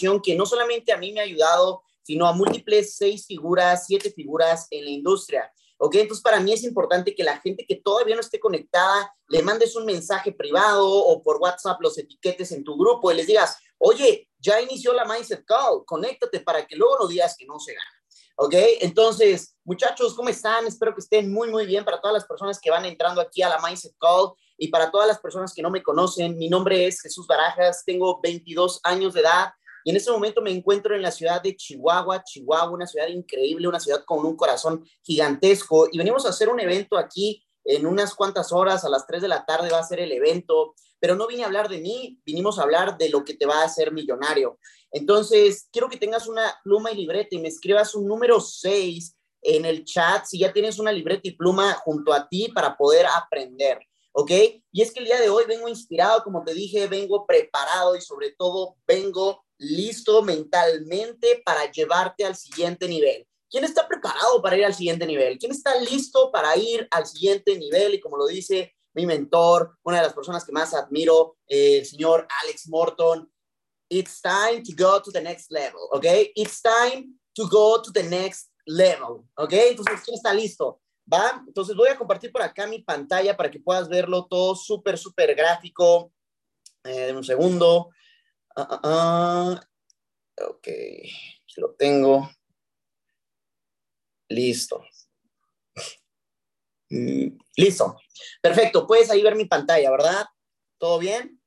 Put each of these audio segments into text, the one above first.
información que no solamente a mí me ha ayudado, sino a múltiples 6 figuras, 7 figuras en la industria. ¿Ok? Entonces, para mí es importante que la gente que todavía no esté conectada, le mandes un mensaje privado o por WhatsApp los etiquetes en tu grupo y les digas, oye, ya inició la Mindset Call, conéctate para que luego no digas que no se gana. ¿Ok? Entonces, muchachos, ¿cómo están? Espero que estén muy, muy bien. Para todas las personas que van entrando aquí a la Mindset Call y para todas las personas que no me conocen, mi nombre es Jesús Barajas, tengo 22 años de edad y en este momento me encuentro en la ciudad de Chihuahua, una ciudad increíble, una ciudad con un corazón gigantesco y venimos a hacer un evento aquí en unas cuantas horas, a las 3 de la tarde va a ser el evento, pero no vine a hablar de mí, vinimos a hablar de lo que te va a hacer millonario. Entonces, quiero que tengas una pluma y libreta y me escribas un número 6 en el chat si ya tienes una libreta y pluma junto a ti para poder aprender, ¿ok? Y es que el día de hoy vengo inspirado, como te dije, vengo preparado y sobre todo vengo listo mentalmente para llevarte al siguiente nivel. ¿Quién está preparado para ir al siguiente nivel? ¿Quién está listo para ir al siguiente nivel? Y como lo dice mi mentor, una de las personas que más admiro, el señor Alex Morton, it's time to go to the next level, ¿ok? It's time to go to the next level, ¿ok? Entonces, ¿quién está listo? ¿Va? Entonces voy a compartir por acá mi pantalla para que puedas verlo todo súper, súper gráfico. Deme un segundo. Ok, lo tengo. Listo. Listo. Perfecto, puedes ahí ver mi pantalla, ¿verdad? ¿Todo bien?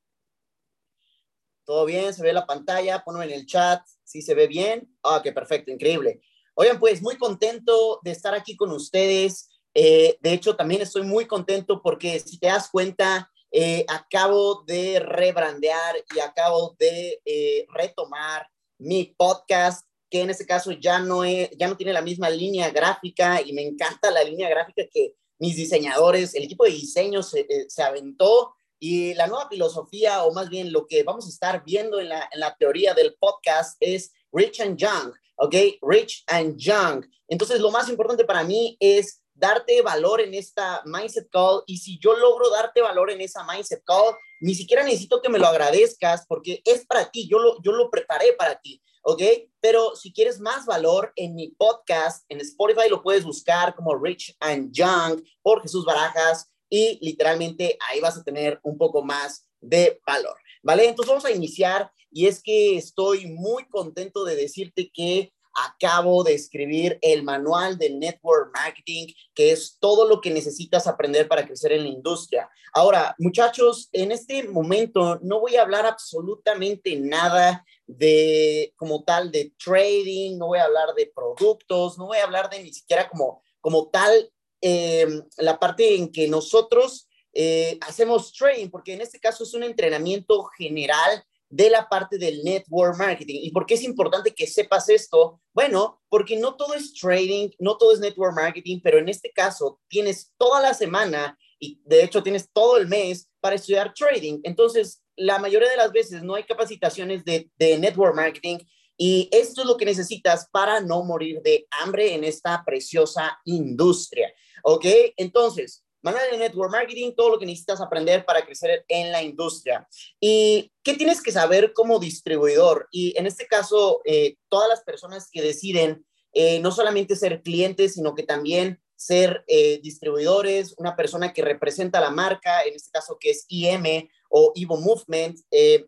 ¿Todo bien? ¿Se ve la pantalla? Ponlo en el chat. ¿Sí se ve bien? Ah, ok, perfecto, increíble. Oigan, pues muy contento de estar aquí con ustedes. De hecho, también estoy muy contento porque si te das cuenta, acabo de rebrandear y acabo de retomar mi podcast, que en este caso ya no tiene la misma línea gráfica y me encanta la línea gráfica que mis diseñadores, el equipo de diseño se aventó. Y la nueva filosofía, o más bien lo que vamos a estar viendo en la teoría del podcast es Rich and Young, ¿ok? Rich and Young. Entonces, lo más importante para mí es darte valor en esta Mindset Call y si yo logro darte valor en esa Mindset Call, ni siquiera necesito que me lo agradezcas porque es para ti, yo lo preparé para ti, ¿ok? Pero si quieres más valor en mi podcast, en Spotify lo puedes buscar como Rich and Young por Jesús Barajas y literalmente ahí vas a tener un poco más de valor, ¿vale? Entonces vamos a iniciar y es que estoy muy contento de decirte que acabo de escribir el manual del Network Marketing, que es todo lo que necesitas aprender para crecer en la industria. Ahora, muchachos, en este momento no voy a hablar absolutamente nada de, como tal, de trading, no voy a hablar de productos, no voy a hablar de ni siquiera como tal la parte en que nosotros hacemos trading, porque en este caso es un entrenamiento general de la parte del network marketing. ¿Y por qué es importante que sepas esto? Bueno, porque no todo es trading, no todo es network marketing, pero en este caso tienes toda la semana y de hecho tienes todo el mes para estudiar trading. Entonces, la mayoría de las veces no hay capacitaciones de network marketing y esto es lo que necesitas para no morir de hambre en esta preciosa industria. ¿Ok? Entonces, manual de network marketing, todo lo que necesitas aprender para crecer en la industria. ¿Y qué tienes que saber como distribuidor? Y en este caso, todas las personas que deciden no solamente ser clientes, sino que también ser distribuidores, una persona que representa la marca, en este caso que es IM o Evo Movement,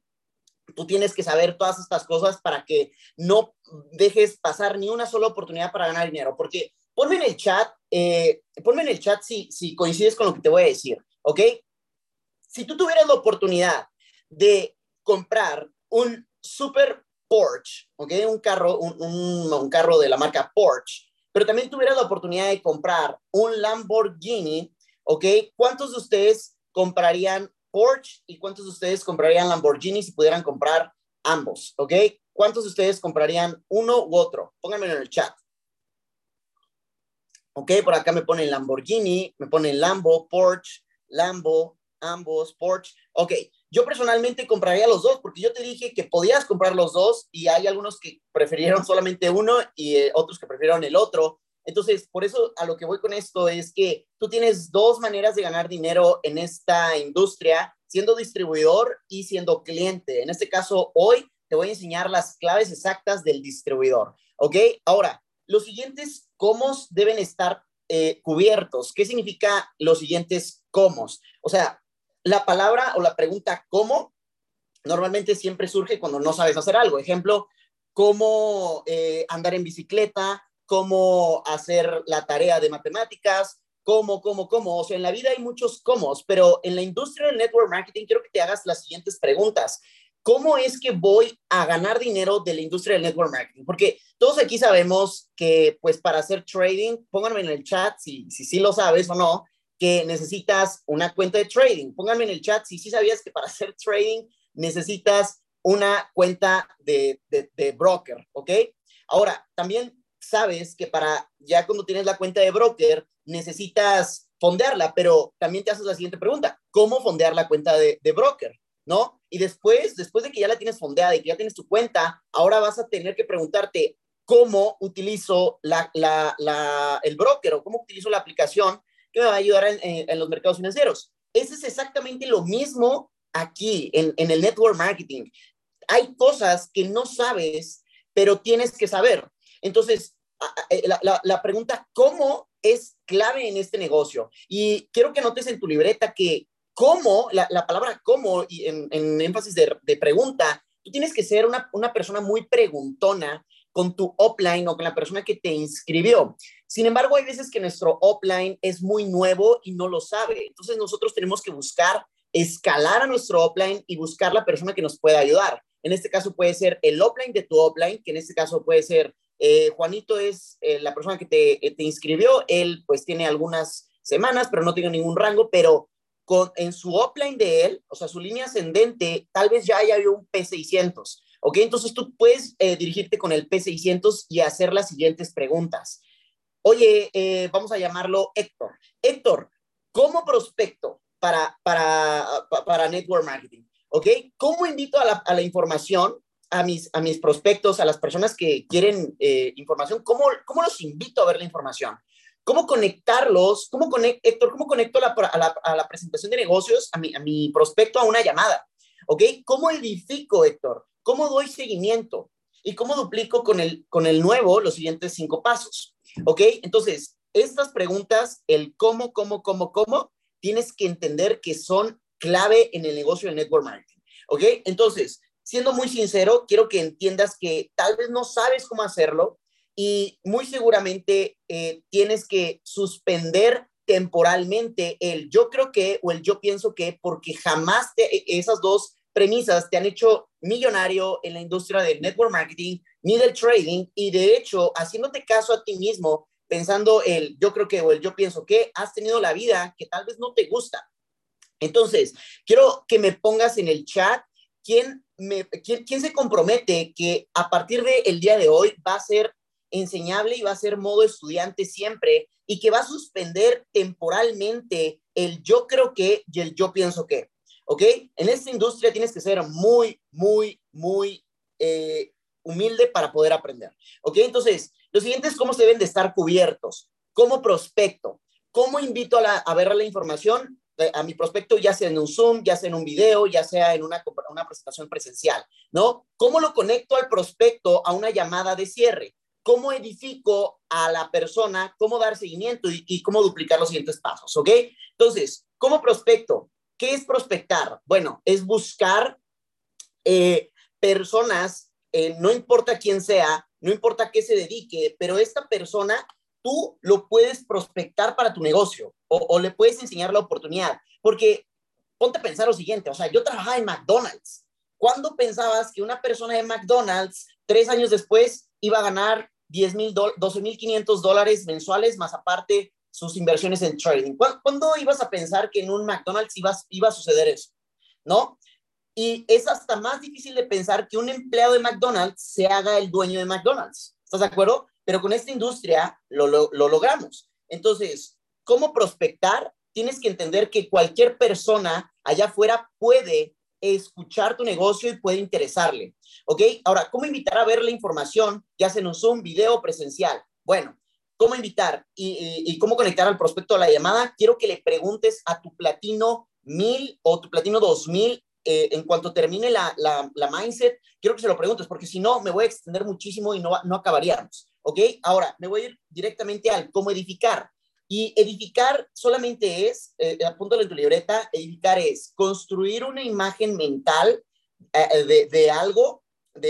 tú tienes que saber todas estas cosas para que no dejes pasar ni una sola oportunidad para ganar dinero, porque ponme en el chat si coincides con lo que te voy a decir, ¿ok? Si tú tuvieras la oportunidad de comprar un super Porsche, ¿ok? Un carro de la marca Porsche, pero también tuvieras la oportunidad de comprar un Lamborghini, ¿ok? ¿Cuántos de ustedes comprarían Porsche y cuántos de ustedes comprarían Lamborghini si pudieran comprar ambos, ¿ok? ¿Cuántos de ustedes comprarían uno u otro? Pónganmelo en el chat. Ok, por acá me ponen Lamborghini, me ponen Lambo, Porsche, Lambo, ambos, Porsche. Ok, yo personalmente compraría los dos porque yo te dije que podías comprar los dos y hay algunos que prefirieron solamente uno y otros que prefirieron el otro. Entonces, por eso a lo que voy con esto es que tú tienes dos maneras de ganar dinero en esta industria, siendo distribuidor y siendo cliente. En este caso, hoy te voy a enseñar las claves exactas del distribuidor, ¿ok? Ahora, los siguientes cómo deben estar cubiertos. ¿Qué significa los siguientes cómo? O sea, la palabra o la pregunta cómo normalmente siempre surge cuando no sabes hacer algo. Ejemplo, cómo andar en bicicleta, cómo hacer la tarea de matemáticas, cómo. O sea, en la vida hay muchos cómo, pero en la industria del network marketing quiero que te hagas las siguientes preguntas. ¿Cómo es que voy a ganar dinero de la industria del network marketing? Porque todos aquí sabemos que, pues, para hacer trading, pónganme en el chat si lo sabes o no, que necesitas una cuenta de trading. Pónganme en el chat si sí sabías que para hacer trading necesitas una cuenta de broker, ¿ok? Ahora, también sabes que para ya cuando tienes la cuenta de broker necesitas fondearla, pero también te haces la siguiente pregunta, ¿cómo fondear la cuenta de broker? ¿No? Y después de que ya la tienes fondeada y que ya tienes tu cuenta, ahora vas a tener que preguntarte cómo utilizo el broker o cómo utilizo la aplicación que me va a ayudar en los mercados financieros. Eso es exactamente lo mismo aquí en el network marketing. Hay cosas que no sabes, pero tienes que saber. Entonces, la pregunta ¿cómo? Es clave en este negocio. Y quiero que notes en tu libreta que cómo, la palabra cómo, y en énfasis de pregunta, tú tienes que ser una persona muy preguntona con tu offline o con la persona que te inscribió. Sin embargo, hay veces que nuestro offline es muy nuevo y no lo sabe. Entonces, nosotros tenemos que buscar escalar a nuestro offline y buscar la persona que nos pueda ayudar. En este caso puede ser el offline de tu offline, que en este caso puede ser Juanito es la persona que te inscribió, él pues tiene algunas semanas, pero no tiene ningún rango, pero en su offline de él, o sea, su línea ascendente, tal vez ya haya un P600, ¿ok? Entonces tú puedes dirigirte con el P600 y hacer las siguientes preguntas. Oye, vamos a llamarlo Héctor. Héctor, ¿cómo prospecto para network marketing? ¿Ok? ¿Cómo invito a la información a mis prospectos, a las personas que quieren información? ¿Cómo los invito a ver la información? ¿Cómo conectarlos? Héctor, ¿cómo conecto a la presentación de negocios, a mi prospecto a una llamada? ¿Ok? ¿Cómo edifico, Héctor? ¿Cómo doy seguimiento? ¿Y cómo duplico con el nuevo los siguientes 5 pasos? ¿Ok? Entonces, estas preguntas, el cómo, tienes que entender que son clave en el negocio del network marketing. ¿Ok? Entonces, siendo muy sincero, quiero que entiendas que tal vez no sabes cómo hacerlo y muy seguramente tienes que suspender temporalmente el yo creo que o el yo pienso que, porque jamás esas dos premisas te han hecho millonario en la industria del network marketing ni del trading, y de hecho, haciéndote caso a ti mismo, pensando el yo creo que o el yo pienso que, has tenido la vida que tal vez no te gusta. Entonces, quiero que me pongas en el chat quién se compromete que a partir del día de hoy va a ser enseñable y va a ser modo estudiante siempre, y que va a suspender temporalmente el yo creo que y el yo pienso que. ¿Ok? En esta industria tienes que ser muy humilde para poder aprender. ¿Ok? Entonces, los siguientes cómo se deben de estar cubiertos. ¿Cómo prospecto? ¿Cómo invito a ver la información? A mi prospecto, ya sea en un Zoom, ya sea en un video, ya sea en una presentación presencial, ¿no? ¿Cómo lo conecto al prospecto a una llamada de cierre? ¿Cómo edifico a la persona? ¿Cómo dar seguimiento y cómo duplicar los siguientes pasos? ¿Ok? Entonces, ¿cómo prospecto? ¿Qué es prospectar? Bueno, es buscar personas, no importa quién sea, no importa qué se dedique, pero esta persona tú lo puedes prospectar para tu negocio o le puedes enseñar la oportunidad. Porque ponte a pensar lo siguiente, o sea, yo trabajaba en McDonald's. ¿Cuándo pensabas que una persona de McDonald's 3 años después iba a ganar 10,000, 12,500 dólares mensuales, más aparte sus inversiones en trading? ¿Cuándo ibas a pensar que en un McDonald's iba a suceder eso? ¿No? Y es hasta más difícil de pensar que un empleado de McDonald's se haga el dueño de McDonald's. ¿Estás de acuerdo? Pero con esta industria lo logramos. Entonces, ¿cómo prospectar? Tienes que entender que cualquier persona allá afuera puede escuchar tu negocio y puede interesarle. ¿Ok? Ahora, ¿cómo invitar a ver la información, ya sea en un Zoom, video presencial? Bueno, ¿cómo invitar y cómo conectar al prospecto a la llamada? Quiero que le preguntes a tu platino 1000 o tu platino 2000 en cuanto termine la mindset, quiero que se lo preguntes, porque si no, me voy a extender muchísimo y no acabaríamos, ¿ok? Ahora, me voy a ir directamente al cómo edificar. Y edificar solamente es, apúntalo en tu libreta, edificar es construir una imagen mental de algo,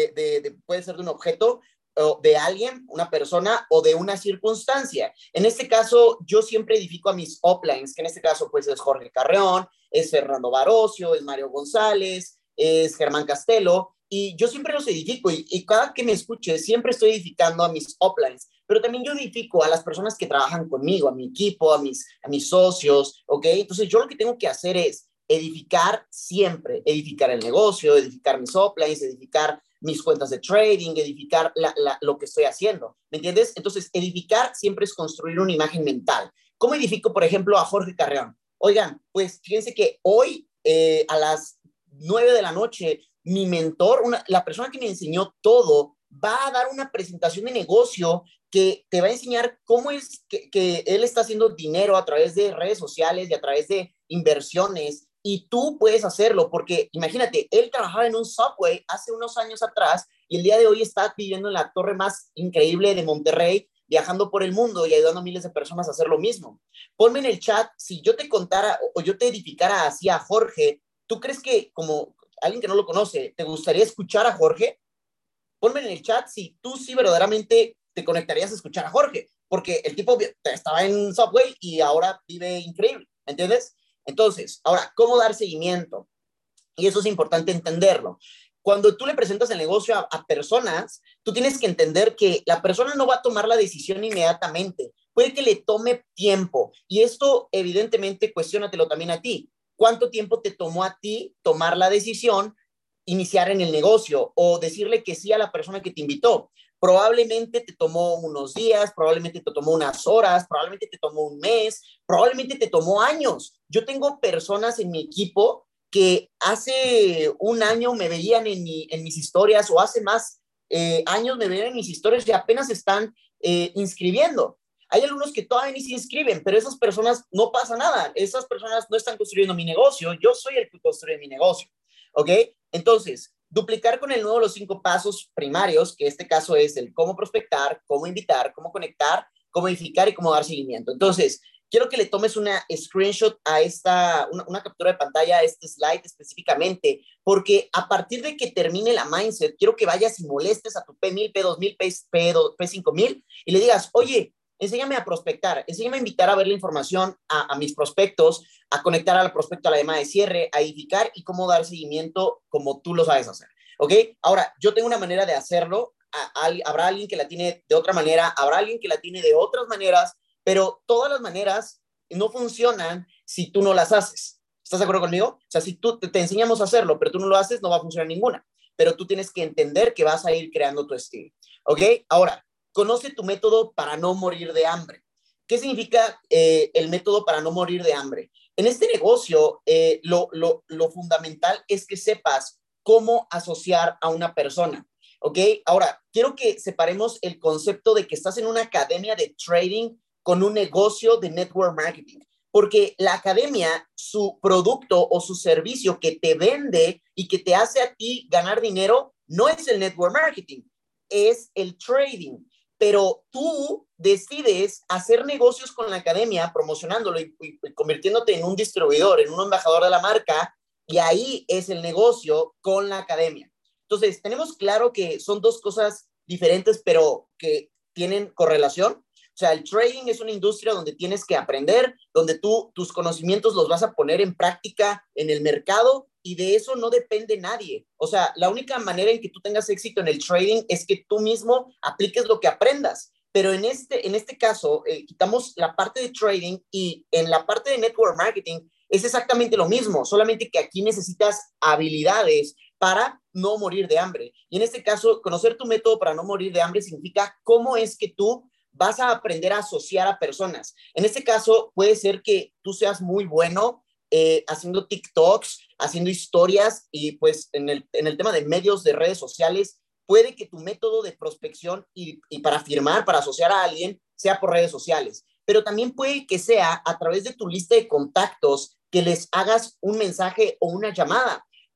puede ser de un objeto, o de alguien, una persona o de una circunstancia. En este caso, yo siempre edifico a mis uplines, que en este caso pues es Jorge Carreón, es Fernando Barocio, es Mario González, es Germán Castelo, y yo siempre los edifico y cada que me escuche siempre estoy edificando a mis uplines, pero también yo edifico a las personas que trabajan conmigo, a mi equipo, a mis socios, ¿ok? Entonces yo lo que tengo que hacer es edificar siempre, edificar el negocio, edificar mis uplines, edificar mis cuentas de trading, edificar lo que estoy haciendo, ¿me entiendes? Entonces, edificar siempre es construir una imagen mental. ¿Cómo edifico, por ejemplo, a Jorge Carreón? Oigan, pues fíjense que hoy a las 9 de la noche, mi mentor, la persona que me enseñó todo, va a dar una presentación de negocio que te va a enseñar cómo es que él está haciendo dinero a través de redes sociales y a través de inversiones, y tú puedes hacerlo, porque imagínate, él trabajaba en un Subway hace unos años atrás y el día de hoy está viviendo en la torre más increíble de Monterrey, viajando por el mundo y ayudando a miles de personas a hacer lo mismo. Ponme en el chat, si yo te contara o yo te edificara así a Jorge, ¿tú crees que como alguien que no lo conoce, te gustaría escuchar a Jorge? Ponme en el chat si tú sí verdaderamente te conectarías a escuchar a Jorge, porque el tipo estaba en Subway y ahora vive increíble, ¿entiendes? Entonces, ahora, ¿cómo dar seguimiento? Y eso es importante entenderlo. Cuando tú le presentas el negocio a personas, tú tienes que entender que la persona no va a tomar la decisión inmediatamente. Puede que le tome tiempo. Y esto, evidentemente, cuestiónatelo también a ti. ¿Cuánto tiempo te tomó a ti tomar la decisión, iniciar en el negocio o decirle que sí a la persona que te invitó? Probablemente te tomó unos días, probablemente te tomó unas horas, probablemente te tomó un mes, probablemente te tomó años. Yo tengo personas en mi equipo que hace un año me veían en mis historias o hace más años me veían en mis historias y apenas están inscribiendo. Hay algunos que todavía ni se inscriben, pero esas personas no pasa nada. Esas personas no están construyendo mi negocio. Yo soy el que construye mi negocio. ¿Ok? Entonces, duplicar con el nuevo los 5 pasos primarios, que este caso es el cómo prospectar, cómo invitar, cómo conectar, cómo edificar y cómo dar seguimiento. Entonces, quiero que le tomes una screenshot a una captura de pantalla a este slide específicamente, porque a partir de que termine la mindset, quiero que vayas y molestes a tu P1000, P2000, P5000 y le digas, oye, enséñame a prospectar, enséñame a invitar a ver la información a mis prospectos, a conectar al prospecto a la llamada de cierre, a edificar y cómo dar seguimiento como tú lo sabes hacer. ¿Ok? Ahora, yo tengo una manera de hacerlo, habrá alguien que la tiene de otra manera, habrá alguien que la tiene de otras maneras, pero todas las maneras no funcionan si tú no las haces. ¿Estás de acuerdo conmigo? O sea, si tú te enseñamos a hacerlo, pero tú no lo haces, no va a funcionar ninguna. Pero tú tienes que entender que vas a ir creando tu estilo. ¿Ok? Ahora, conoce tu método para no morir de hambre. ¿Qué significa el método para no morir de hambre? En este negocio, lo fundamental es que sepas cómo asociar a una persona. ¿Ok? Ahora, quiero que separemos el concepto de que estás en una academia de trading con un negocio de network marketing. Porque la academia, su producto o su servicio que te vende y que te hace a ti ganar dinero, no es el network marketing, es el trading. Pero tú decides hacer negocios con la academia, promocionándolo y convirtiéndote en un distribuidor, en un embajador de la marca, y ahí es el negocio con la academia. Entonces, tenemos claro que son dos cosas diferentes, pero que tienen correlación. O sea, el trading es una industria donde tienes que aprender, donde tus conocimientos los vas a poner en práctica en el mercado y de eso no depende nadie. O sea, la única manera en que tú tengas éxito en el trading es que tú mismo apliques lo que aprendas. Pero en este caso, quitamos la parte de trading y en la parte de network marketing es exactamente lo mismo, solamente que aquí necesitas habilidades para no morir de hambre. Y en este caso, conocer tu método para no morir de hambre significa cómo es que tú vas a aprender a asociar a personas. En este caso, puede ser que tú seas muy bueno haciendo TikToks, haciendo historias y pues en el tema de medios de redes sociales, puede que tu método de prospección y para firmar, para asociar a alguien, sea por redes sociales. Pero también puede que sea a través de tu lista de contactos que les hagas un mensaje o una llamada.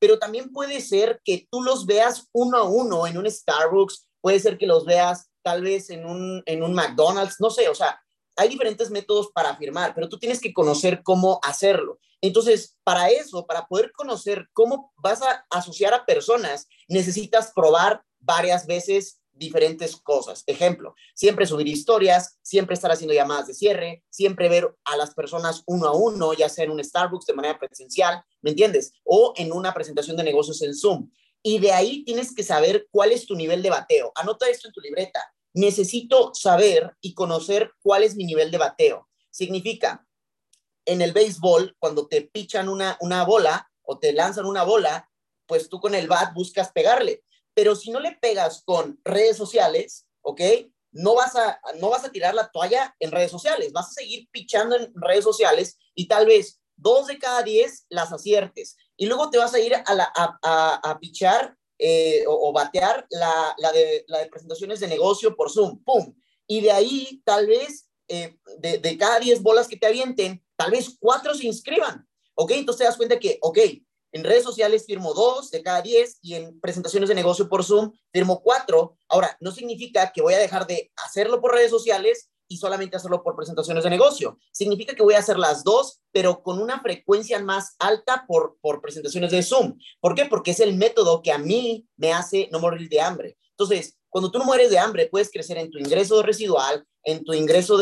pero también puede ser que tú los veas uno a uno en un Starbucks, puede ser que los veas tal vez en un McDonald's, no sé, o sea, hay diferentes métodos para firmar, pero tú tienes que conocer cómo hacerlo. Entonces, para eso, para poder conocer cómo vas a asociar a personas, necesitas probar varias veces diferentes cosas. Ejemplo, siempre subir historias, siempre estar haciendo llamadas de cierre, siempre ver a las personas uno a uno, ya sea en un Starbucks de manera presencial, ¿me entiendes? O en una presentación de negocios en Zoom. Y de ahí tienes que saber cuál es tu nivel de bateo. Anota esto en tu libreta. Necesito saber y conocer cuál es mi nivel de bateo. Significa, en el béisbol, cuando te pichan una bola o te lanzan una bola, pues tú con el bat buscas pegarle. Pero si no le pegas con redes sociales, ¿ok? No vas a tirar la toalla en redes sociales, vas a seguir pichando en redes sociales y tal vez 2 de cada 10 las aciertes. Y luego te vas a ir a pichar o batear la de presentaciones de negocio por Zoom, ¡pum! Y de ahí tal vez de cada 10 bolas que te avienten, tal vez 4 se inscriban, ¿ok? Entonces te das cuenta que, ok, en redes sociales firmo 2 de cada 10 y en presentaciones de negocio por Zoom firmo 4. Ahora, no significa que voy a dejar de hacerlo por redes sociales y solamente hacerlo por presentaciones de negocio. Significa que voy a hacer las dos, pero con una frecuencia más alta por presentaciones de Zoom. ¿Por qué? Porque es el método que a mí me hace no morir de hambre. Entonces, cuando tú no mueres de hambre, puedes crecer en tu ingreso residual, en tu ingreso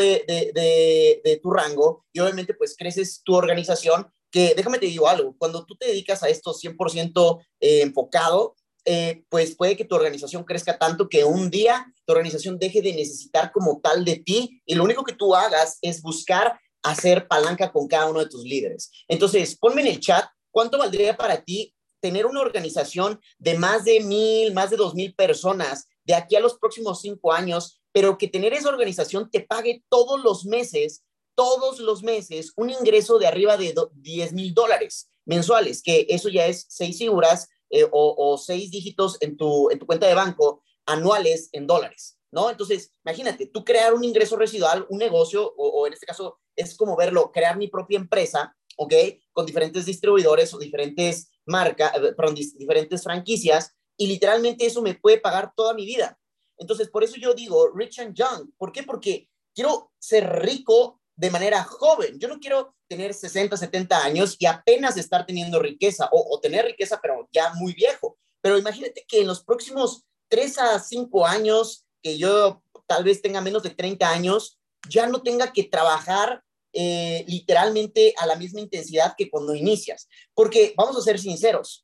de tu rango y obviamente pues creces tu organización, que déjame te digo algo, cuando tú te dedicas a esto 100% enfocado, pues puede que tu organización crezca tanto que un día tu organización deje de necesitar como tal de ti y lo único que tú hagas es buscar hacer palanca con cada uno de tus líderes. Entonces, ponme en el chat cuánto valdría para ti tener una organización de más de 1,000, más de 2,000 personas de aquí a los próximos 5 años, pero que tener esa organización te pague todos los meses, un ingreso de arriba de $10,000 mensuales, que eso ya es 6 figuras o 6 dígitos en tu cuenta de banco anuales en dólares, ¿no? Entonces, imagínate, tú crear un ingreso residual, un negocio, o en este caso es como verlo, crear mi propia empresa, ¿ok? Con diferentes distribuidores o diferentes marcas, perdón, diferentes franquicias, y literalmente eso me puede pagar toda mi vida. Entonces, por eso yo digo rich and young. ¿Por qué? Porque quiero ser rico de manera joven. Yo no quiero tener 60, 70 años y apenas estar teniendo riqueza o tener riqueza, pero ya muy viejo. Pero imagínate que en los próximos 3 a 5 años, que yo tal vez tenga menos de 30 años, ya no tenga que trabajar literalmente a la misma intensidad que cuando inicias. Porque vamos a ser sinceros,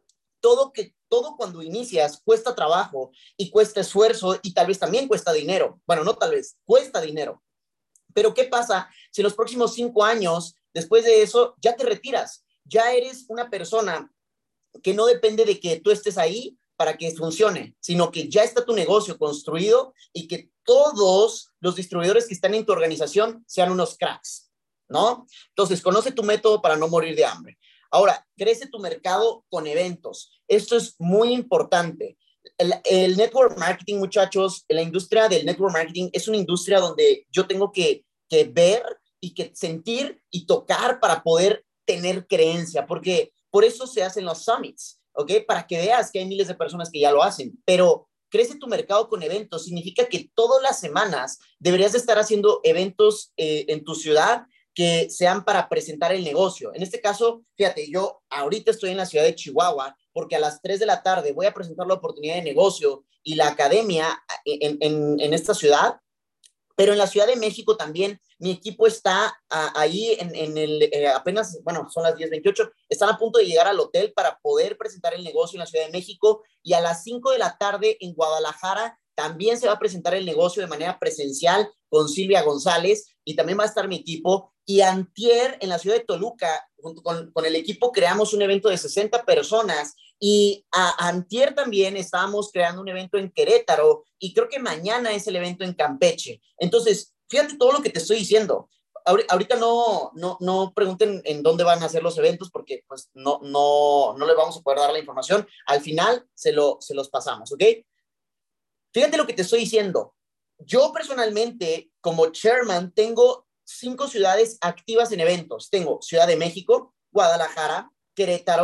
todo cuando inicias cuesta trabajo y cuesta esfuerzo y tal vez también cuesta dinero. Bueno, no tal vez, cuesta dinero. Pero ¿qué pasa si en los próximos 5 años, después de eso, ya te retiras? Ya eres una persona que no depende de que tú estés ahí para que funcione, sino que ya está tu negocio construido y que todos los distribuidores que están en tu organización sean unos cracks, ¿no? Entonces, conoce tu método para no morir de hambre. Ahora, crece tu mercado con eventos. Esto es muy importante. El network marketing, muchachos, la industria del network marketing es una industria donde yo tengo que ver y que sentir y tocar para poder tener creencia, porque por eso se hacen los summits, ¿ok? Para que veas que hay miles de personas que ya lo hacen, pero crece tu mercado con eventos, significa que todas las semanas deberías de estar haciendo eventos en tu ciudad que sean para presentar el negocio. En este caso, fíjate, yo ahorita estoy en la ciudad de Chihuahua porque a las 3 de la tarde voy a presentar la oportunidad de negocio y la academia en esta ciudad, pero en la Ciudad de México también mi equipo está ahí en el, apenas, bueno, son las 10:28, están a punto de llegar al hotel para poder presentar el negocio en la Ciudad de México y a las 5 de la tarde en Guadalajara también se va a presentar el negocio de manera presencial con Silvia González y también va a estar mi equipo. Y antier en la ciudad de Toluca, junto con el equipo, creamos un evento de 60 personas y antier también estábamos creando un evento en Querétaro y creo que mañana es el evento en Campeche. Entonces, fíjate todo lo que te estoy diciendo. Ahorita no pregunten en dónde van a hacer los eventos porque pues no les vamos a poder dar la información. Al final se los pasamos, ¿ok? Fíjate lo que te estoy diciendo. Yo personalmente, como chairman, tengo 5 ciudades activas en eventos. Tengo Ciudad de México, Guadalajara, Querétaro,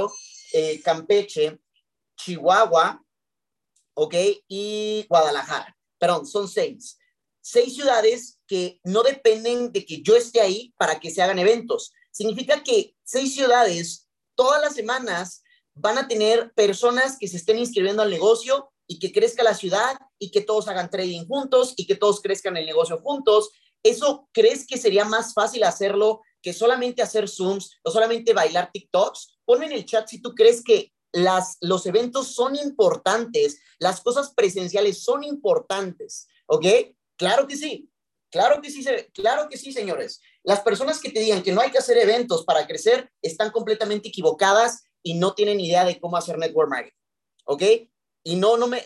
Campeche, Chihuahua, ¿ok? Y Guadalajara. Perdón, son 6. 6 ciudades que no dependen de que yo esté ahí para que se hagan eventos. Significa que 6 ciudades todas las semanas van a tener personas que se estén inscribiendo al negocio y que crezca la ciudad y que todos hagan trading juntos y que todos crezcan el negocio juntos. ¿Eso crees que sería más fácil hacerlo que solamente hacer Zooms o solamente bailar TikToks? Ponme en el chat si tú crees que los eventos son importantes, las cosas presenciales son importantes, ¿ok? Claro que sí, claro que sí, señores. Las personas que te digan que no hay que hacer eventos para crecer están completamente equivocadas y no tienen idea de cómo hacer network marketing, ¿ok? Y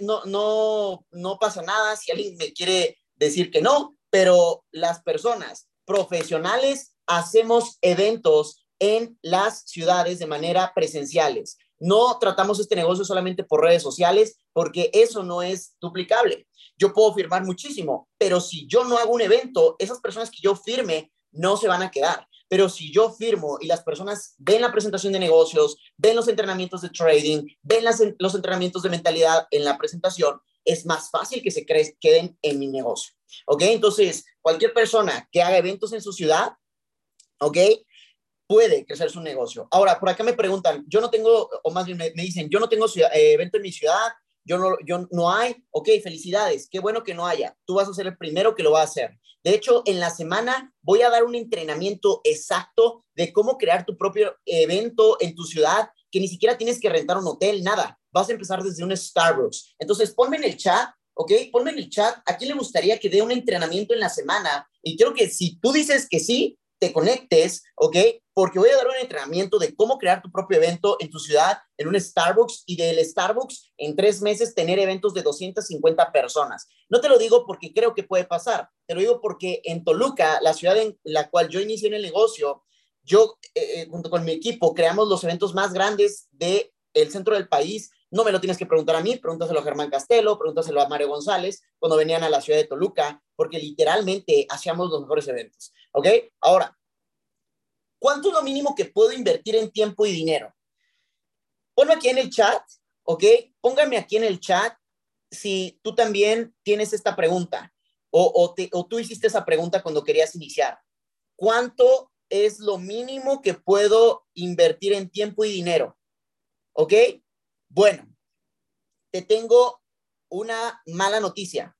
no pasa nada si alguien me quiere decir que no, pero las personas profesionales hacemos eventos en las ciudades de manera presenciales. No tratamos este negocio solamente por redes sociales porque eso no es duplicable. Yo puedo firmar muchísimo, pero si yo no hago un evento, esas personas que yo firme no se van a quedar. Pero si yo firmo y las personas ven la presentación de negocios, ven los entrenamientos de trading, ven los entrenamientos de mentalidad en la presentación, es más fácil que se queden en mi negocio. ¿Ok? Entonces, cualquier persona que haga eventos en su ciudad, ¿ok? Puede crecer su negocio. Ahora, por acá me preguntan, yo no tengo, o más bien me dicen, yo no tengo evento en mi ciudad, yo no hay, ok, felicidades, qué bueno que no haya, tú vas a ser el primero que lo va a hacer. De hecho, en la semana voy a dar un entrenamiento exacto de cómo crear tu propio evento en tu ciudad, que ni siquiera tienes que rentar un hotel, nada, vas a empezar desde un Starbucks. Entonces, ponme en el chat, ¿ok? Ponme en el chat a quién le gustaría que dé un entrenamiento en la semana, y creo que si tú dices que sí, te conectes, ¿ok? Porque voy a dar un entrenamiento de cómo crear tu propio evento en tu ciudad, en un Starbucks, y del Starbucks en 3 meses tener eventos de 250 personas. No te lo digo porque creo que puede pasar, te lo digo porque en Toluca, la ciudad en la cual yo inicié en el negocio, yo junto con mi equipo creamos los eventos más grandes del centro del país. No me lo tienes que preguntar a mí, pregúntaselo a Germán Castelo, pregúntaselo a Mario González, cuando venían a la ciudad de Toluca, porque literalmente hacíamos los mejores eventos, ¿ok? Ahora, ¿cuánto es lo mínimo que puedo invertir en tiempo y dinero? Ponlo aquí en el chat, ¿ok? Póngame aquí en el chat si tú también tienes esta pregunta o tú hiciste esa pregunta cuando querías iniciar. ¿Cuánto es lo mínimo que puedo invertir en tiempo y dinero? ¿Ok? Bueno, te tengo una mala noticia.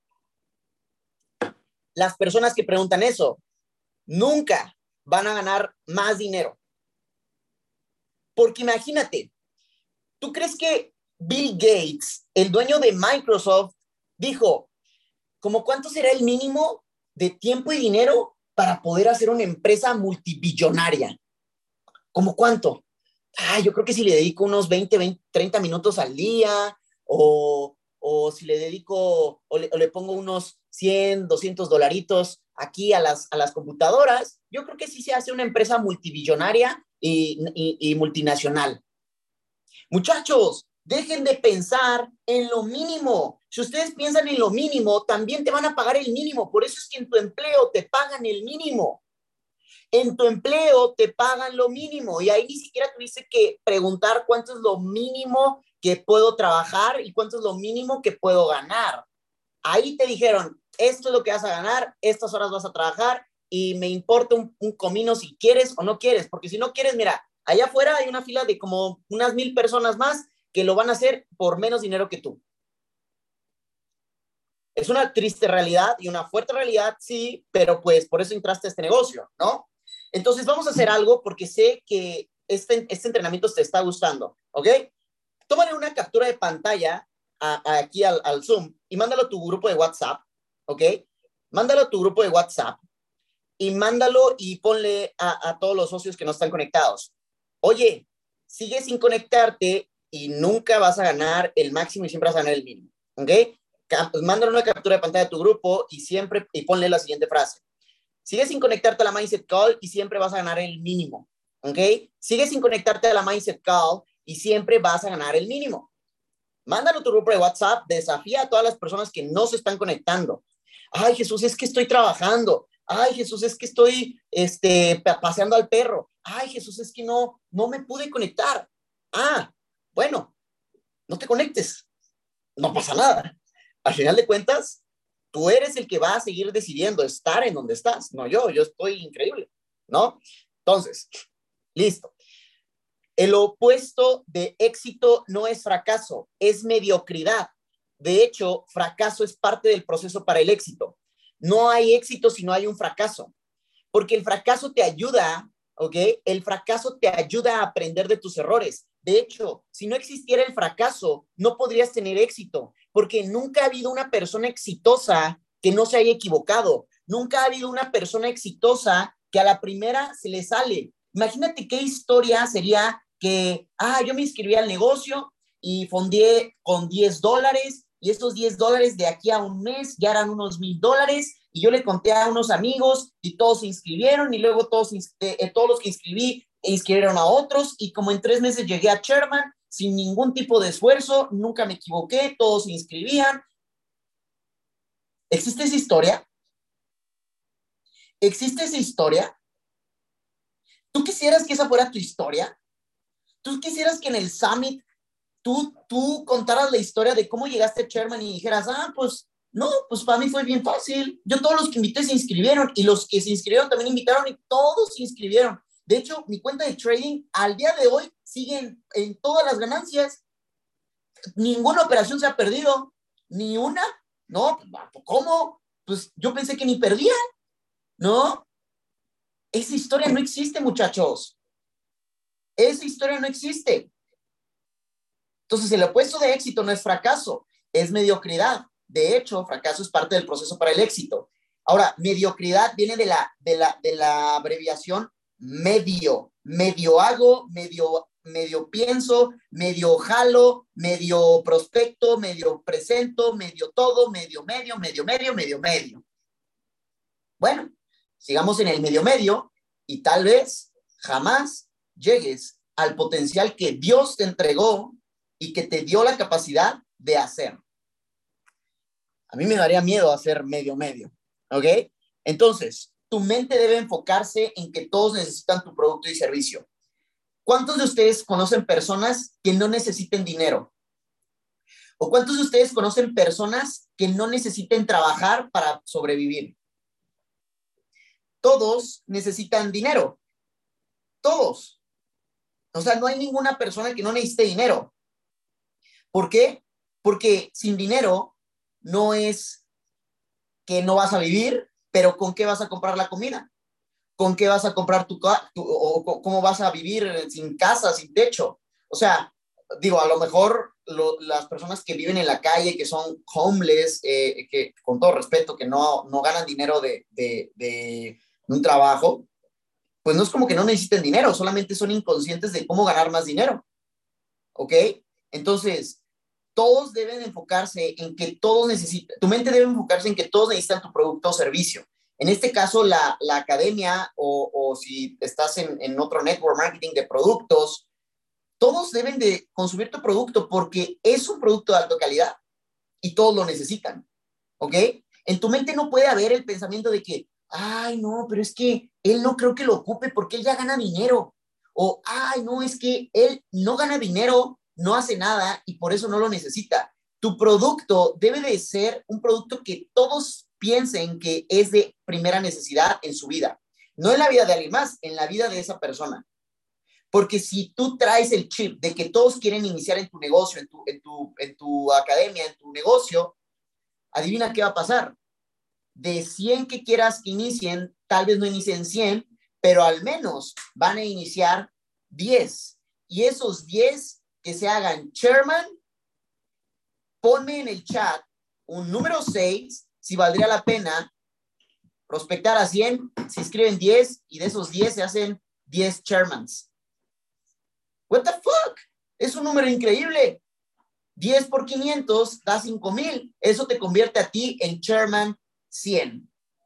Las personas que preguntan eso nunca van a ganar más dinero. Porque imagínate, ¿tú crees que Bill Gates, el dueño de Microsoft, dijo, ¿cómo cuánto será el mínimo de tiempo y dinero para poder hacer una empresa multibillonaria? ¿Cómo cuánto? Yo creo que si le dedico unos 30 minutos al día, o si le dedico, o le pongo unos 100, 200 dolaritos aquí a las computadoras, yo creo que sí se hace una empresa multibillonaria y multinacional. Muchachos, dejen de pensar en lo mínimo. Si ustedes piensan en lo mínimo, también te van a pagar el mínimo. Por eso es que en tu empleo te pagan el mínimo. En tu empleo te pagan lo mínimo y ahí ni siquiera tuviste que preguntar cuánto es lo mínimo que puedo trabajar y cuánto es lo mínimo que puedo ganar. Ahí te dijeron, esto es lo que vas a ganar, estas horas vas a trabajar y me importa un comino si quieres o no quieres, porque si no quieres, mira, allá afuera hay una fila de como unas 1000 personas más que lo van a hacer por menos dinero que tú. Es una triste realidad y una fuerte realidad, sí, pero pues por eso entraste a este negocio, ¿no? Entonces vamos a hacer algo porque sé que este entrenamiento te está gustando, ¿ok? Tómale una captura de pantalla aquí al Zoom y mándalo a tu grupo de WhatsApp, ¿ok? Mándalo a tu grupo de WhatsApp y mándalo y ponle a todos los socios que no están conectados. Oye, sigue sin conectarte y nunca vas a ganar el máximo y siempre vas a ganar el mínimo, ¿ok? Mándale una captura de pantalla a tu grupo y ponle la siguiente frase. Sigues sin conectarte a la Mindset Call y siempre vas a ganar el mínimo, ¿ok? Sigues sin conectarte a la Mindset Call y siempre vas a ganar el mínimo. Mándalo a tu grupo de WhatsApp, desafía a todas las personas que no se están conectando. Ay, Jesús, es que estoy trabajando. Ay, Jesús, es que estoy paseando al perro. Ay, Jesús, es que no me pude conectar. Ah, bueno, no te conectes, no pasa nada. Al final de cuentas, tú eres el que va a seguir decidiendo estar en donde estás, no yo estoy increíble, ¿no? Entonces, listo. El opuesto de éxito no es fracaso, es mediocridad. De hecho, fracaso es parte del proceso para el éxito. No hay éxito si no hay un fracaso, porque el fracaso te ayuda, ¿ok? El fracaso te ayuda a aprender de tus errores. De hecho, si no existiera el fracaso, no podrías tener éxito, porque nunca ha habido una persona exitosa que no se haya equivocado. Nunca ha habido una persona exitosa que a la primera se le sale. Imagínate qué historia sería que, yo me inscribí al negocio y fondeé con $10 y esos $10 de aquí a un mes ya eran unos $1,000 y yo le conté a unos amigos y todos se inscribieron y luego todos los que inscribí inscribieron a otros y como en 3 meses llegué a Chairman sin ningún tipo de esfuerzo, nunca me equivoqué, todos se inscribían. ¿Existe esa historia? ¿Existe esa historia? ¿Tú quisieras que esa fuera tu historia? ¿Tú quisieras que en el Summit tú contaras la historia de cómo llegaste a Chairman y dijeras, pues no, pues para mí fue bien fácil. Yo todos los que invité se inscribieron y los que se inscribieron también invitaron y todos se inscribieron. De hecho, mi cuenta de trading al día de hoy sigue en todas las ganancias. Ninguna operación se ha perdido, ni una. No, ¿cómo? Pues yo pensé que ni perdía, ¿no? Esa historia no existe, muchachos. Esa historia no existe. Entonces, el opuesto de éxito no es fracaso, es mediocridad. De hecho, fracaso es parte del proceso para el éxito. Ahora, mediocridad viene de la abreviación medio. Medio hago, medio pienso, medio jalo, medio prospecto, medio presento, medio todo, medio medio, medio medio, medio medio. Bueno, sigamos en el medio medio y tal vez jamás llegues al potencial que Dios te entregó y que te dio la capacidad de hacer. A mí me daría miedo hacer medio medio, ¿ok? Entonces, tu mente debe enfocarse en que todos necesitan tu producto y servicio. ¿Cuántos de ustedes conocen personas que no necesiten dinero? ¿O cuántos de ustedes conocen personas que no necesiten trabajar para sobrevivir? Todos necesitan dinero. Todos. O sea, no hay ninguna persona que no necesite dinero. ¿Por qué? Porque sin dinero no es que no vas a vivir, pero ¿con qué vas a comprar la comida? ¿Con qué vas a comprar o cómo vas a vivir sin casa, sin techo? O sea, digo, a lo mejor las personas que viven en la calle, que son homeless, que con todo respeto, que no ganan dinero de un trabajo, pues no es como que no necesiten dinero, solamente son inconscientes de cómo ganar más dinero. ¿Ok? Entonces, todos deben enfocarse en que todos necesitan, tu mente debe enfocarse en que todos necesitan tu producto o servicio. En este caso, la academia o si estás en otro network marketing de productos, todos deben de consumir tu producto porque es un producto de alta calidad y todos lo necesitan. ¿Ok? En tu mente no puede haber el pensamiento de que, no, pero es que él no creo que lo ocupe porque él ya gana dinero. O, no, es que él no gana dinero, no hace nada y por eso no lo necesita. Tu producto debe de ser un producto que todos piensen que es de primera necesidad en su vida. No en la vida de alguien más, en la vida de esa persona. Porque si tú traes el chip de que todos quieren iniciar en tu negocio, en tu academia, en tu negocio, adivina qué va a pasar. De 100 que quieras que inicien, tal vez no inicien 100, pero al menos van a iniciar 10. Y esos 10 que se hagan chairman, ponme en el chat un número 6, si valdría la pena prospectar a 100, se inscriben 10 y de esos 10 se hacen 10 chairmans. What the fuck? Es un número increíble. 10 por 500 da 5,000. Eso te convierte a ti en chairman 100.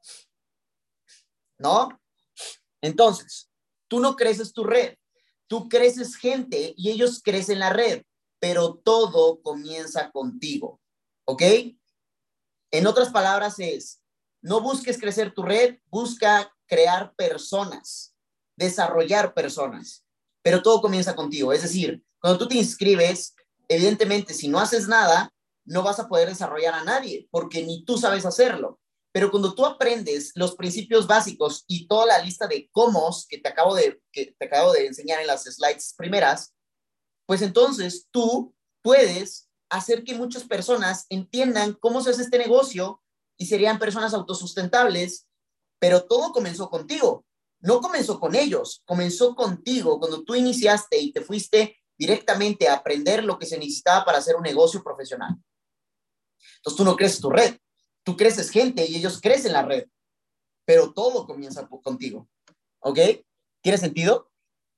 ¿No? Entonces, tú no creces tu red, tú creces gente y ellos crecen la red, pero todo comienza contigo. ¿Ok? En otras palabras es, no busques crecer tu red, busca crear personas, desarrollar personas, pero todo comienza contigo. Es decir, Cuando tú te inscribes, evidentemente, si no haces nada, no vas a poder desarrollar a nadie, porque ni tú sabes hacerlo. Pero cuando tú aprendes los principios básicos y toda la lista de cómo que te acabo de enseñar en las slides primeras, pues entonces tú puedes hacer que muchas personas entiendan cómo se hace este negocio y serían personas autosustentables, pero todo comenzó contigo. No comenzó con ellos, comenzó contigo cuando tú iniciaste y te fuiste directamente a aprender lo que se necesitaba para hacer un negocio profesional. Entonces tú no creces tu red, tú creces gente y ellos crecen la red, pero todo comienza contigo. ¿Ok? ¿Tiene sentido?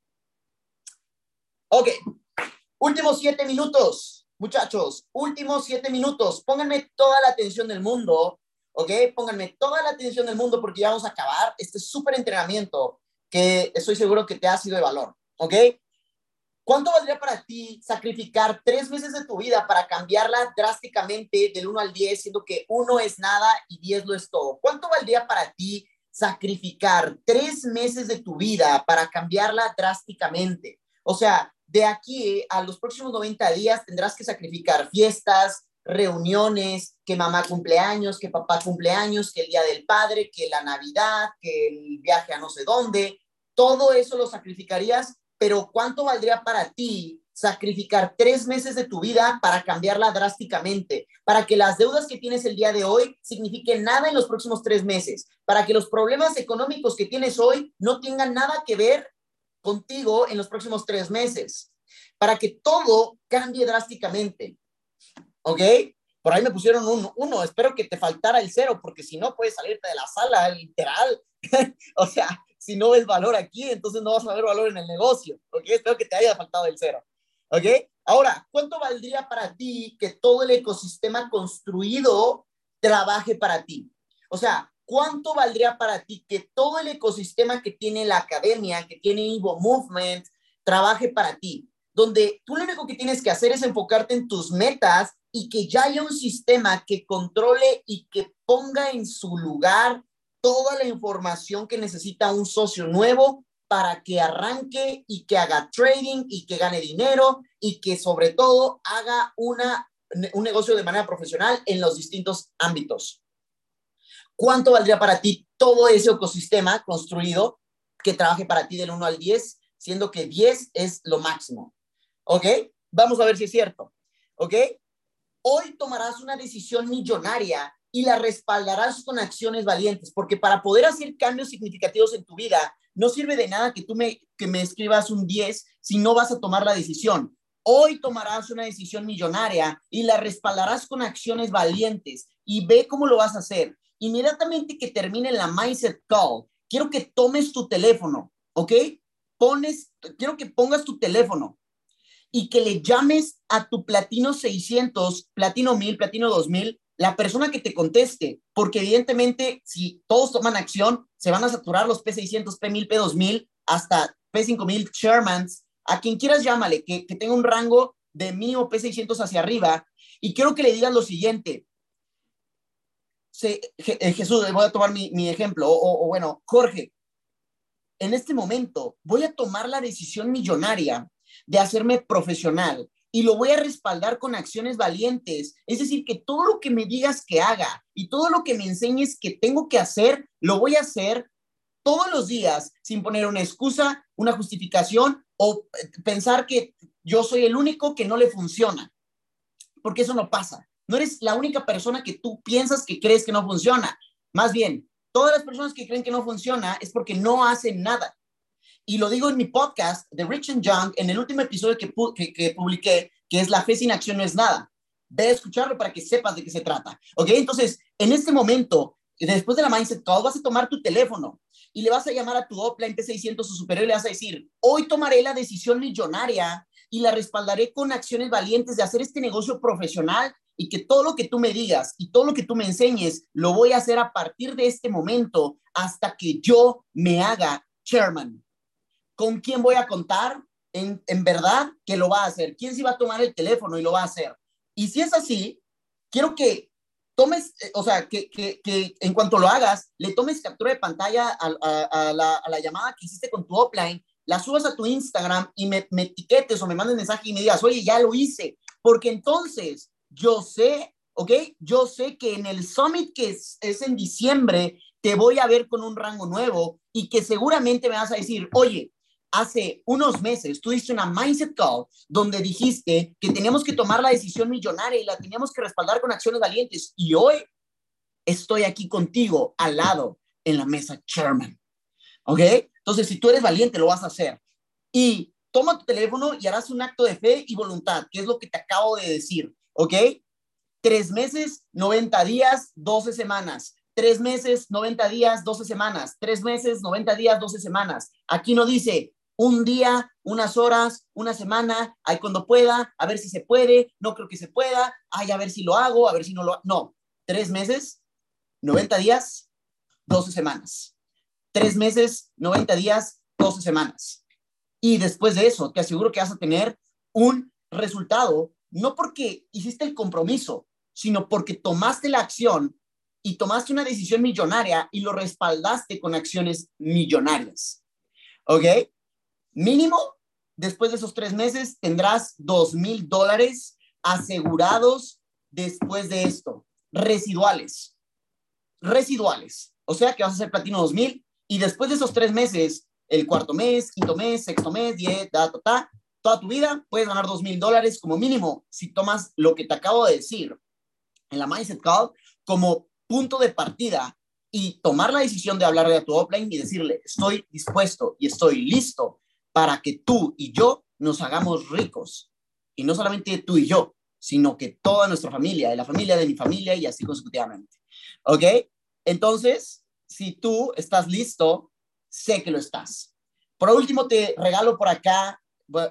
Ok. Últimos 7 minutos, muchachos. Últimos 7 minutos. Pónganme toda la atención del mundo. ¿Ok? Pónganme toda la atención del mundo porque ya vamos a acabar este súper entrenamiento que estoy seguro que te ha sido de valor. ¿Ok? ¿Cuánto valdría para ti sacrificar 3 meses de tu vida para cambiarla drásticamente del 1 al 10, siendo que 1 es nada y 10 lo es todo? ¿Cuánto valdría para ti sacrificar 3 meses de tu vida para cambiarla drásticamente? O sea, de aquí a los próximos 90 días tendrás que sacrificar fiestas, reuniones, que mamá cumpleaños, que papá cumpleaños, que el Día del Padre, que la Navidad, que el viaje a no sé dónde. Todo eso lo sacrificarías, pero ¿cuánto valdría para ti sacrificar 3 meses de tu vida para cambiarla drásticamente? Para que las deudas que tienes el día de hoy signifiquen nada en los próximos 3 meses. Para que los problemas económicos que tienes hoy no tengan nada que ver contigo en los próximos 3 meses. Para que todo cambie drásticamente. ¿Ok? Por ahí me pusieron un 1. Espero que te faltara el 0, porque si no puedes salirte de la sala, literal. O sea, si no ves valor aquí, entonces no vas a ver valor en el negocio. ¿Ok? Espero que te haya faltado el 0. ¿Ok? Ahora, ¿cuánto valdría para ti que todo el ecosistema construido trabaje para ti? O sea, ¿cuánto valdría para ti que todo el ecosistema que tiene la academia, que tiene Evo Movement, trabaje para ti? Donde tú lo único que tienes que hacer es enfocarte en tus metas y que ya haya un sistema que controle y que ponga en su lugar toda la información que necesita un socio nuevo para que arranque y que haga trading y que gane dinero y que sobre todo haga un negocio de manera profesional en los distintos ámbitos. ¿Cuánto valdría para ti todo ese ecosistema construido que trabaje para ti del 1 al 10, siendo que 10 es lo máximo? ¿Ok? Vamos a ver si es cierto. ¿Ok? Hoy tomarás una decisión millonaria y la respaldarás con acciones valientes, porque para poder hacer cambios significativos en tu vida, no sirve de nada que me escribas un 10 si no vas a tomar la decisión. Hoy tomarás una decisión millonaria y la respaldarás con acciones valientes y ve cómo lo vas a hacer. Inmediatamente que termine la Mindset Call, quiero que tomes tu teléfono, ¿ok? Quiero que pongas tu teléfono y que le llames a tu platino 600, platino 1000, platino 2000, la persona que te conteste, porque evidentemente si todos toman acción, se van a saturar los P600, P1000, P2000, hasta P5000 Shermans, a quien quieras llámale, que tenga un rango de mínimo P600 hacia arriba, y quiero que le digas lo siguiente. Jesús, voy a tomar mi ejemplo, o bueno, Jorge, en este momento voy a tomar la decisión millonaria de hacerme profesional y lo voy a respaldar con acciones valientes. Es decir, que todo lo que me digas que haga y todo lo que me enseñes que tengo que hacer, lo voy a hacer todos los días sin poner una excusa, una justificación o pensar que yo soy el único que no le funciona. Porque eso no pasa. No eres la única persona que tú piensas que crees que no funciona. Más bien, todas las personas que creen que no funciona es porque no hacen nada. Y lo digo en mi podcast de Rich and Young, en el último episodio que publiqué, que es La fe sin acción no es nada. Ve a escucharlo para que sepas de qué se trata. ¿Ok? Entonces, en este momento, después de la Mindset Call, vas a tomar tu teléfono y le vas a llamar a tu upline P600 o superior y le vas a decir, hoy tomaré la decisión millonaria y la respaldaré con acciones valientes de hacer este negocio profesional y que todo lo que tú me digas y todo lo que tú me enseñes lo voy a hacer a partir de este momento hasta que yo me haga chairman. ¿Con quién voy a contar? En verdad que lo va a hacer. ¿Quién sí va a tomar el teléfono y lo va a hacer? Y si es así, quiero que tomes, o sea, que en cuanto lo hagas, le tomes captura de pantalla a la llamada que hiciste con tu offline la subas a tu Instagram y me etiquetes o me mandes mensaje y me digas, oye, ya lo hice, porque entonces yo sé, ¿ok? Yo sé que en el Summit que es en diciembre, te voy a ver con un rango nuevo y que seguramente me vas a decir, oye, hace unos meses tú diste una mindset call donde dijiste que teníamos que tomar la decisión millonaria y la teníamos que respaldar con acciones valientes. Y hoy estoy aquí contigo al lado en la mesa Chairman. ¿Ok? Entonces, si tú eres valiente, lo vas a hacer. Y toma tu teléfono y harás un acto de fe y voluntad, que es lo que te acabo de decir. ¿Ok? 3 meses, 90 días, 12 semanas. 3 meses, 90 días, 12 semanas. 3 meses, 90 días, 12 semanas. Aquí no dice un día, unas horas, una semana, ay, cuando pueda, a ver si se puede, no creo que se pueda, ay, a ver si lo hago, a ver si no lo hago. No, 3 meses, 90 días, 12 semanas. 3 meses, 90 días, 12 semanas. Y después de eso, te aseguro que vas a tener un resultado, no porque hiciste el compromiso, sino porque tomaste la acción y tomaste una decisión millonaria y lo respaldaste con acciones millonarias. ¿Ok? Mínimo, después de esos 3 meses, tendrás $2,000 asegurados después de esto. Residuales. Residuales. O sea que vas a hacer platino 2,000 y después de esos 3 meses, el cuarto mes, quinto mes, sexto mes, 10, toda tu vida puedes ganar $2,000 como mínimo si tomas lo que te acabo de decir en la Mindset Call como punto de partida y tomar la decisión de hablarle a tu offline y decirle, estoy dispuesto y estoy listo para que tú y yo nos hagamos ricos. Y no solamente tú y yo, sino que toda nuestra familia, y la familia de mi familia y así consecutivamente. ¿Ok? Entonces, si tú estás listo, sé que lo estás. Por último, te regalo por acá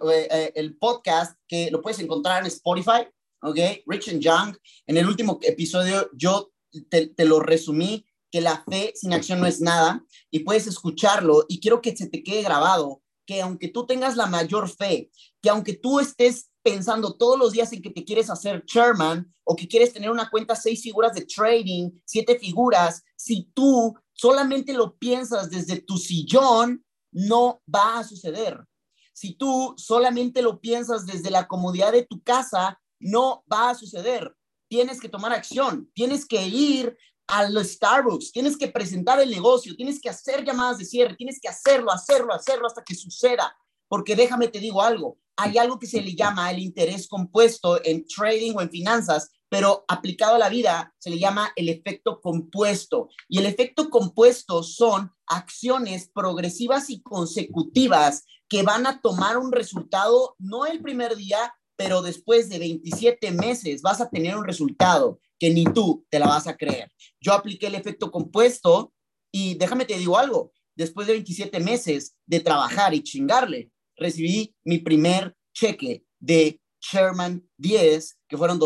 el podcast que lo puedes encontrar en Spotify, ¿ok? Rich and Young. En el último episodio yo te lo resumí, que la fe sin acción no es nada, y puedes escucharlo, y quiero que se te quede grabado, que aunque tú tengas la mayor fe, que aunque tú estés pensando todos los días en que te quieres hacer chairman o que quieres tener una cuenta 6 figuras de trading, 7 figuras, si tú solamente lo piensas desde tu sillón, no va a suceder. Si tú solamente lo piensas desde la comodidad de tu casa, no va a suceder. Tienes que tomar acción, tienes que ir a los Starbucks, tienes que presentar el negocio, tienes que hacer llamadas de cierre, tienes que hacerlo hasta que suceda. Porque déjame te digo algo, hay algo que se le llama el interés compuesto en trading o en finanzas, pero aplicado a la vida se le llama el efecto compuesto. Y el efecto compuesto son acciones progresivas y consecutivas que van a tomar un resultado, no el primer día, pero después de 27 meses vas a tener un resultado que ni tú te la vas a creer. Yo apliqué el efecto compuesto y déjame te digo algo, después de 27 meses de trabajar y chingarle, recibí mi primer cheque de Sherman 10, que fueron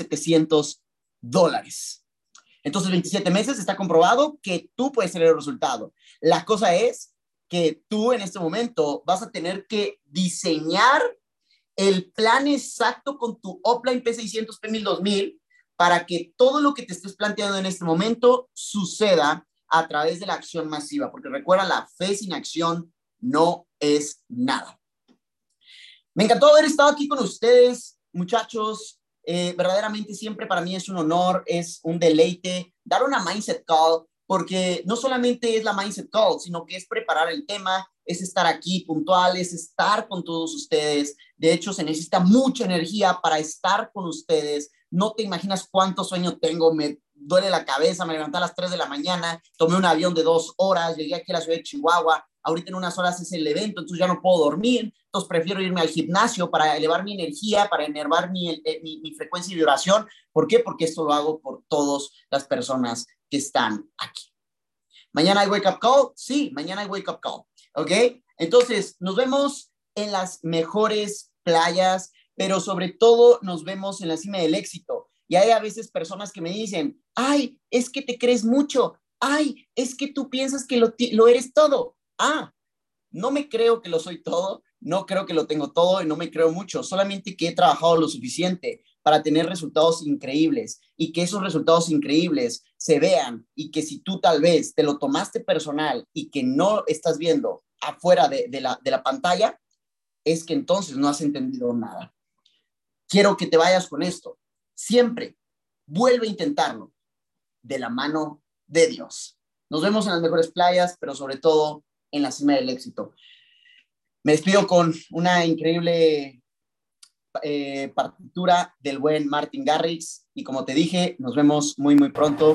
$2,700. Entonces, 27 meses está comprobado que tú puedes tener el resultado. La cosa es que tú en este momento vas a tener que diseñar el plan exacto con tu offline P600, P1000, 2000 para que todo lo que te estés planteando en este momento suceda a través de la acción masiva. Porque recuerda, la fe sin acción no es nada. Me encantó haber estado aquí con ustedes, muchachos. Verdaderamente siempre para mí es un honor, es un deleite dar una mindset call, porque no solamente es la mindset call, sino que es preparar el tema, es estar aquí puntual, es estar con todos ustedes. De hecho, se necesita mucha energía para estar con ustedes. No te imaginas cuánto sueño tengo, me duele la cabeza, me levanté a las 3 de la mañana, tomé un avión de 2 horas, llegué aquí a la ciudad de Chihuahua, ahorita en unas horas es el evento, entonces ya no puedo dormir, entonces prefiero irme al gimnasio para elevar mi energía, para enervar mi frecuencia y vibración. ¿Por qué? Porque esto lo hago por todas las personas que están aquí. ¿Mañana hay wake up call? Sí, mañana hay wake up call, ¿ok? Entonces, nos vemos en las mejores playas, pero sobre todo nos vemos en la cima del éxito. Y hay a veces personas que me dicen, ay, es que te crees mucho, ay, es que tú piensas que lo eres todo. No me creo que lo soy todo, no creo que lo tengo todo y no me creo mucho, solamente que he trabajado lo suficiente para tener resultados increíbles y que esos resultados increíbles se vean y que si tú tal vez te lo tomaste personal y que no estás viendo afuera de la pantalla, es que entonces no has entendido nada. Quiero que te vayas con esto. Siempre vuelve a intentarlo de la mano de Dios. Nos vemos en las mejores playas, pero sobre todo en la cima del éxito. Me despido con una increíble partitura del buen Martin Garrix y como te dije, nos vemos muy, muy pronto.